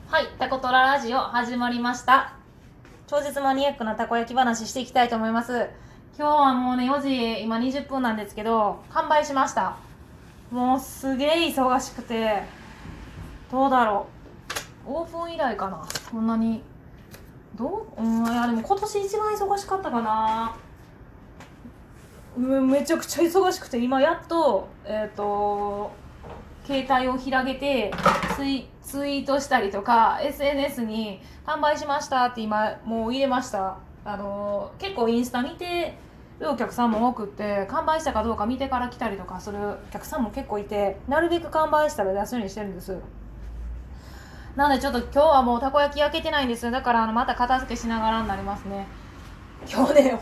はい、タコトララジオ始まりました。超絶マニアックなたこ焼き話していきたいと思います。今日はもうね、4時、今20分なんですけど、完売しました。もうすげえ忙しくて、どうだろう。オープン以来かな。こんなに。いやでも今年一番忙しかったかな。めちゃくちゃ忙しくて、今やっと、携帯を開けてツイートしたりとか SNS に販売しましたって今もう入れました。結構インスタ見てるお客さんも多くって完売したかどうか見てから来たりとかするお客さんも結構いて、なるべく完売したら出すようにしてるんです。なのでちょっと今日はもうたこ焼き焼けてないんです。だからまた片付けしながらになりますね。今日ね、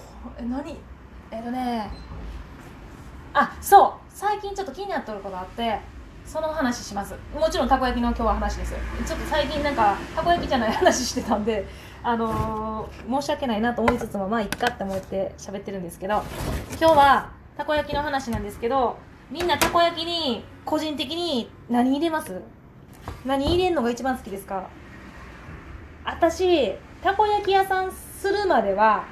そう最近ちょっと気になってることがあって、その話します。もちろんたこ焼きの今日は話です。ちょっと最近なんかたこ焼きじゃない話してたんで、申し訳ないなと思いつつもまあいっかって思って喋ってるんですけど、今日はたこ焼きの話なんですけど、みんなたこ焼きに個人的に何入れます？何入れんのが一番好きですか？私たこ焼き屋さんするまでは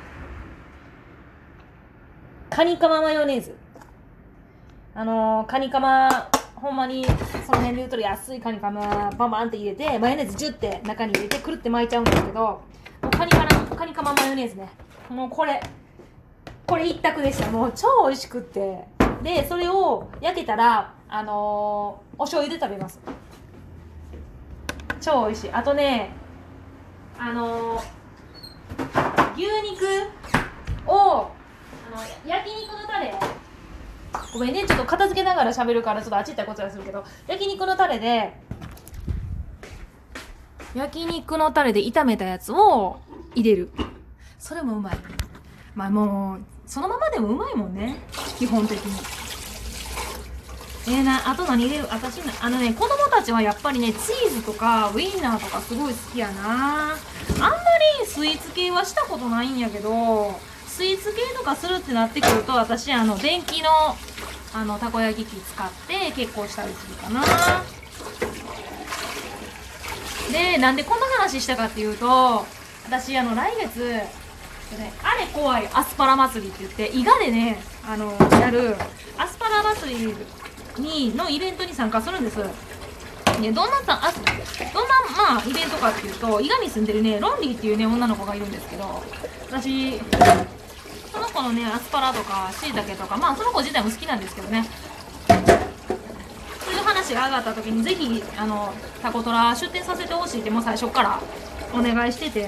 カニカママヨネーズ、カニカマほんまにその辺で言うとる安いカニカマバンバンって入れてマヨネーズジュッて中に入れてくるって巻いちゃうんですけど、もうカニカママヨネーズね、もうこれ一択でした。もう超美味しくって、でそれを焼けたらお醤油で食べます。超美味しい。あとね、牛肉を焼肉のタレ、ごめんねちょっと片付けながら喋るからちょっとあっち行ったらこっちらするけど、焼肉のタレで炒めたやつを入れる。それもうまい。まあもうそのままでもうまいもんね、基本的に。あと何入れる？私子供たちはやっぱりね、チーズとかウインナーとかすごい好きやな。あんまりスイーツ系はしたことないんやけど、スイーツ系とかするってなってくると、私電気のたこ焼き器使って結構したりするかな。で、なんでこんな話したかっていうと、私来月あれ怖いアスパラ祭りって言って伊賀でねやるアスパラ祭りのイベントに参加するんです。ね、どんなイベントかっていうと、伊賀に住んでるねロンリーっていうね女の子がいるんですけど、私その子のねアスパラとかしいたけとか、まあその子自体も好きなんですけどね、そういう話が上がった時にぜひタコトラ出店させてほしいってもう最初からお願いしてて、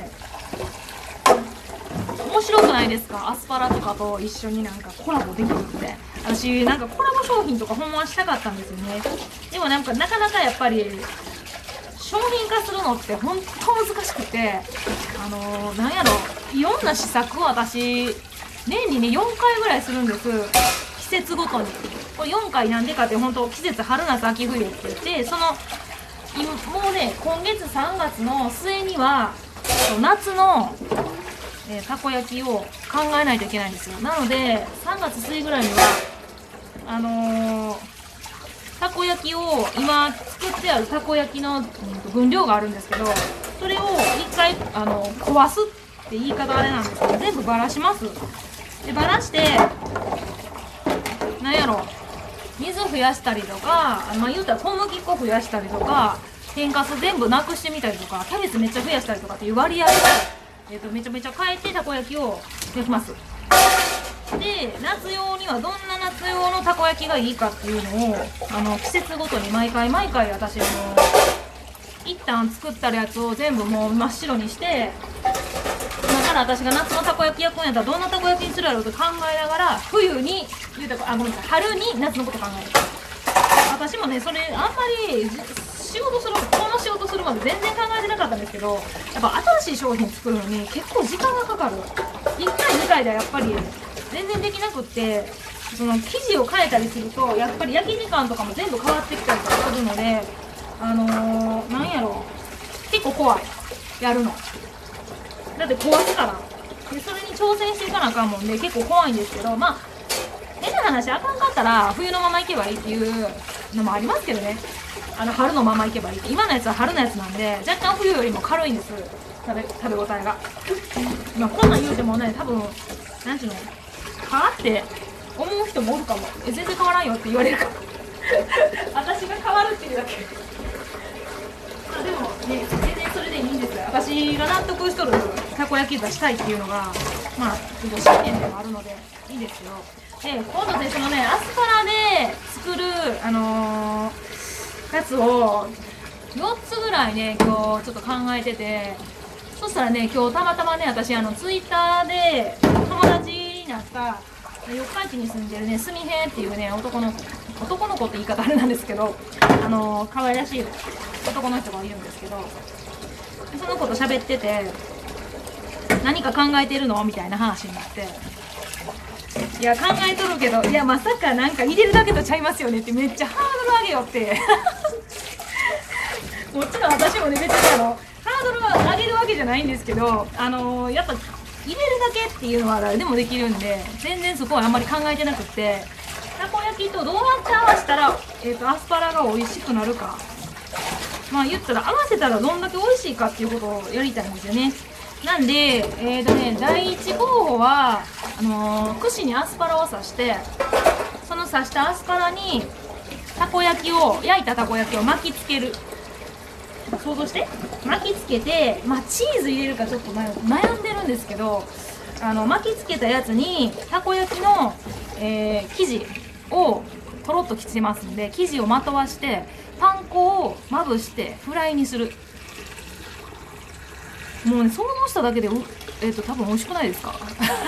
面白くないですか？アスパラとかと一緒になんかコラボできるって。私なんかコラボ商品とかほんまはしたかったんですよね。でもなんかなかなかやっぱり商品化するのって本当難しくて、なんやろ、いろんな施策を私年にね4回ぐらいするんです。季節ごとに。これ4回なんでかって、本当季節春夏秋冬って言って、もうね今月3月の末には夏のたこ焼きを考えないといけないんですよ。なので3月末ぐらいにはたこ焼きを今作ってあるたこ焼きの分量があるんですけど、それを一回壊すって言い方あれなんですけど、全部ばらします。でばらしてなんやろ、水増やしたりとか、言うたら小麦粉増やしたりとか、天かす全部なくしてみたりとか、キャベツめっちゃ増やしたりとかっていう割合をめちゃめちゃ変えてたこ焼きを焼きます。で夏用にはどんな夏用のたこ焼きがいいかっていうのを季節ごとに毎回私一旦作ったやつを全部もう真っ白にして、今から私が夏のたこ焼き焼くんやったらどんなたこ焼きにするやろうと考えながら、春に夏のこと考える。私もねそれあんまりこの仕事するまで全然考えてなかったんですけど、やっぱ新しい商品作るのに結構時間がかかる。1回2回ではやっぱり全然できなくって、その生地を変えたりするとやっぱり焼き時間とかも全部変わってきたりとかするので、なんやろ、結構怖いやるの。だって壊すから。でそれに挑戦していかなあかんもんで結構怖いんですけど、まあ変な話あかんかったら冬のままいけばいいっていうのもありますけどね。 春のままいけばいい。今のやつは春のやつなんで若干冬よりも軽いんです、食べ応えが。まあこんなん言うてもね、多分なんていうのはあって思う人もおるかも。全然変わらんよって言われるかも私が変わるっていうだけまあでもね、全然それでいいんですよ。私が納得しとるたこ焼きがしたいっていうのがまあ信念でもあるのでいいですよ。で今度ね、そのねアスパラで作るやつを4つぐらいね今日ちょっと考えてて、そしたらね今日たまたまね、私ツイッターで友達になった四日市に住んでるねすみへっていうね男の子って言い方あれなんですけど、可愛らしい男の人がいるんですけど、その子と喋ってて何か考えてるのみたいな話になって、いや考えとるけど、いやまさかなんか入れるだけとちゃいますよねってめっちゃハードル上げよってもちろん私もね別にハードルは上げるわけじゃないんですけど、やっぱ入れるだけっていうのは誰でもできるんで、全然そこはあんまり考えてなくって、たこ焼きとどうやって合わせたら、アスパラが美味しくなるか、まあ言ったら合わせたらどんだけ美味しいかっていうことをやりたいんですよね。なんで第一候補は串にアスパラを刺して、その刺したアスパラに焼いたたこ焼きを巻きつける。想像して巻きつけて、まあチーズ入れるかちょっと悩んでるんですけど、巻きつけたやつにたこ焼きの、生地をとろっときつますんで、生地をまとわしてパン粉をまぶしてフライにする。もうね想像しただけで多分美味しくないですか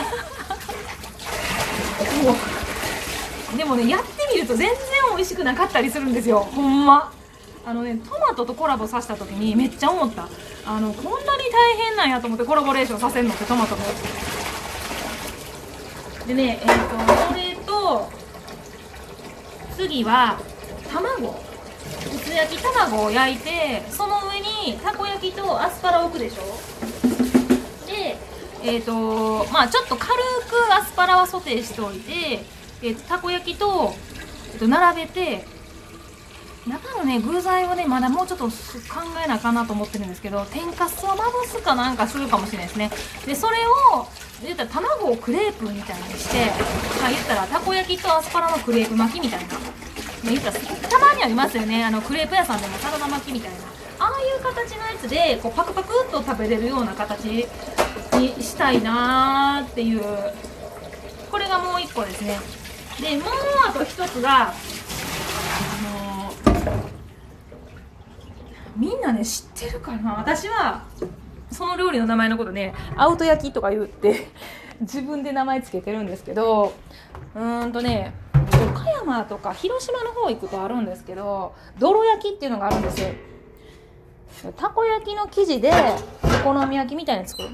でもねやってみると全然美味しくなかったりするんですよ、ほんま。トマトとコラボさせた時にめっちゃ思った。こんなに大変なんやと思って、コラボレーションさせるのってトマトのやつでね、これと次は卵、薄焼き卵を焼いて、その上にたこ焼きとアスパラを置くでしょ。でまあちょっと軽くアスパラはソテーしておいて、たこ焼きと、並べて、中のね具材をねまだもうちょっと考えなあかんなと思ってるんですけど、天かすをまぶすかなんかするかもしれないですね。でそれを言ったら卵をクレープみたいにして、まあ、言ったらたこ焼きとアスパラのクレープ巻きみたいな、言ったらたまにありますよね、クレープ屋さんでもサラダ巻きみたいな、ああいう形のやつでこうパクパクっと食べれるような形にしたいなーっていう、これがもう一個ですね。でもうあと一つがみんなね知ってるかな、私はその料理の名前のことねアウト焼きとか言って自分で名前つけてるんですけど、岡山とか広島の方行くとあるんですけど、泥焼きっていうのがあるんですよ。たこ焼きの生地でお好み焼きみたいに作る。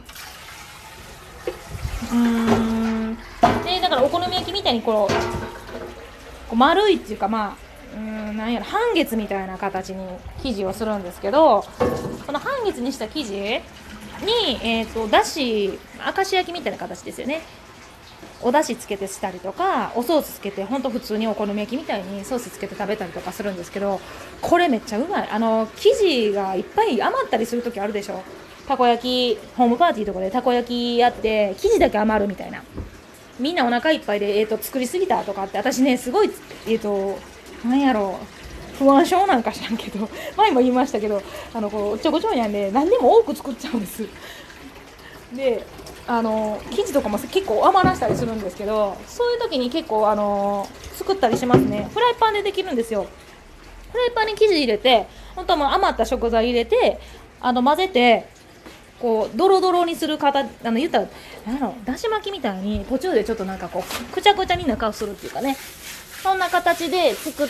でだからお好み焼きみたいにこう丸いっていうか、まあなんやろ半月みたいな形に生地をするんですけど、この半月にした生地にだし明石焼きみたいな形ですよね。おだしつけてしたりとか、おソースつけて、ほんと普通にお好み焼きみたいにソースつけて食べたりとかするんですけど、これめっちゃうまい。生地がいっぱい余ったりする時あるでしょ。たこ焼きホームパーティーとかでたこ焼きやって生地だけ余るみたいな、みんなお腹いっぱいで作りすぎたとかって、私ねすごいなんやろ不安症なんか知らんけど前も言いましたけど、こうちょこちょいなんで何でも多く作っちゃうんです。で生地とかも結構余らしたりするんですけど、そういう時に結構作ったりしますね。フライパンでできるんですよ。フライパンに生地入れて、本当はもう余った食材入れて混ぜて、こうドロドロにする言ったらだし巻きみたいに途中でちょっとなんかこうくちゃくちゃに中をするっていうかね、そんな形で作って、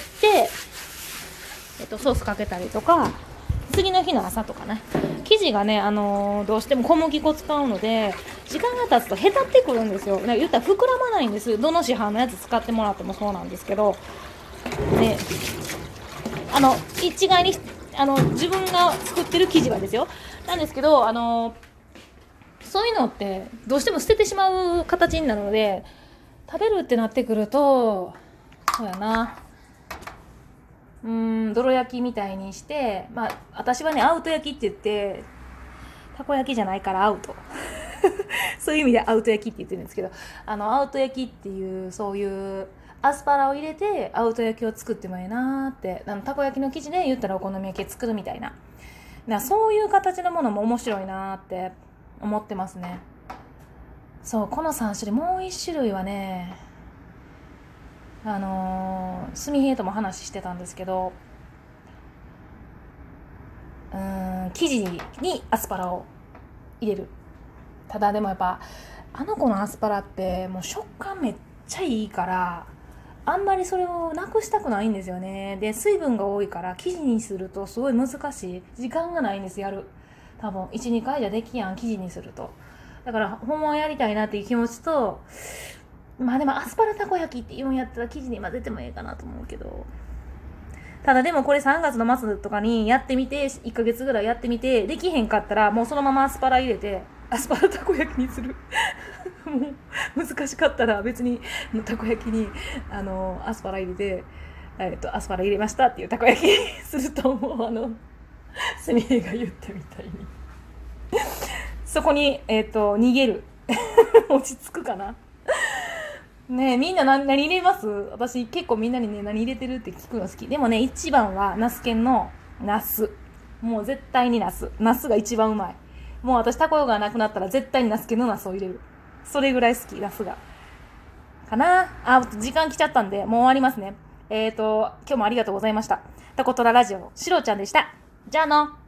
ソースかけたりとか、次の日の朝とかね、生地がね、どうしても小麦粉使うので時間が経つとへたってくるんですよ。だから言ったら膨らまないんです。どの市販のやつ使ってもらってもそうなんですけど、で一概に自分が作ってる生地はですよ、なんですけどそういうのってどうしても捨ててしまう形になるので、食べるってなってくるとそうやな、 どろ焼きみたいにして、まあ私はねアウト焼きって言って、たこ焼きじゃないからアウトそういう意味でアウト焼きって言ってるんですけど、アウト焼きっていうそういうアスパラを入れてアウト焼きを作ってもええなーって、たこ焼きの生地で言ったらお好み焼き作るみたいな、そういう形のものも面白いなーって思ってますね。そう、この3種類、もう1種類はね、すみへいとも話してたんですけど、生地にアスパラを入れる。ただでもやっぱあの子のアスパラってもう食感めっちゃいいから、あんまりそれをなくしたくないんですよね。で水分が多いから生地にするとすごい難しい、時間がないんです。やる多分 1,2 回じゃできやん、生地にすると。だからほんまはやりたいなっていう気持ちと、まあでもアスパラたこ焼きって言うんやったら生地に混ぜてもええかなと思うけど、ただでもこれ3月の末とかにやってみて、1ヶ月ぐらいやってみてできへんかったらもうそのままアスパラ入れてアスパラたこ焼きにするもう難しかったら別にたこ焼きにアスパラ入れて、アスパラ入れましたっていうたこ焼きにすると思う。すみれが言ったみたいにそこに逃げる落ち着くかな。ねえ、みんな何入れます？私結構みんなにね、何入れてるって聞くの好き。でもね、一番はナス犬のナス。もう絶対にナス。ナスが一番うまい。もう私タコがなくなったら絶対にナス犬のナスを入れる。それぐらい好き、ナスが。かなあ。時間来ちゃったんで、もう終わりますね。今日もありがとうございました。タコトララジオ、シロちゃんでした。じゃあの。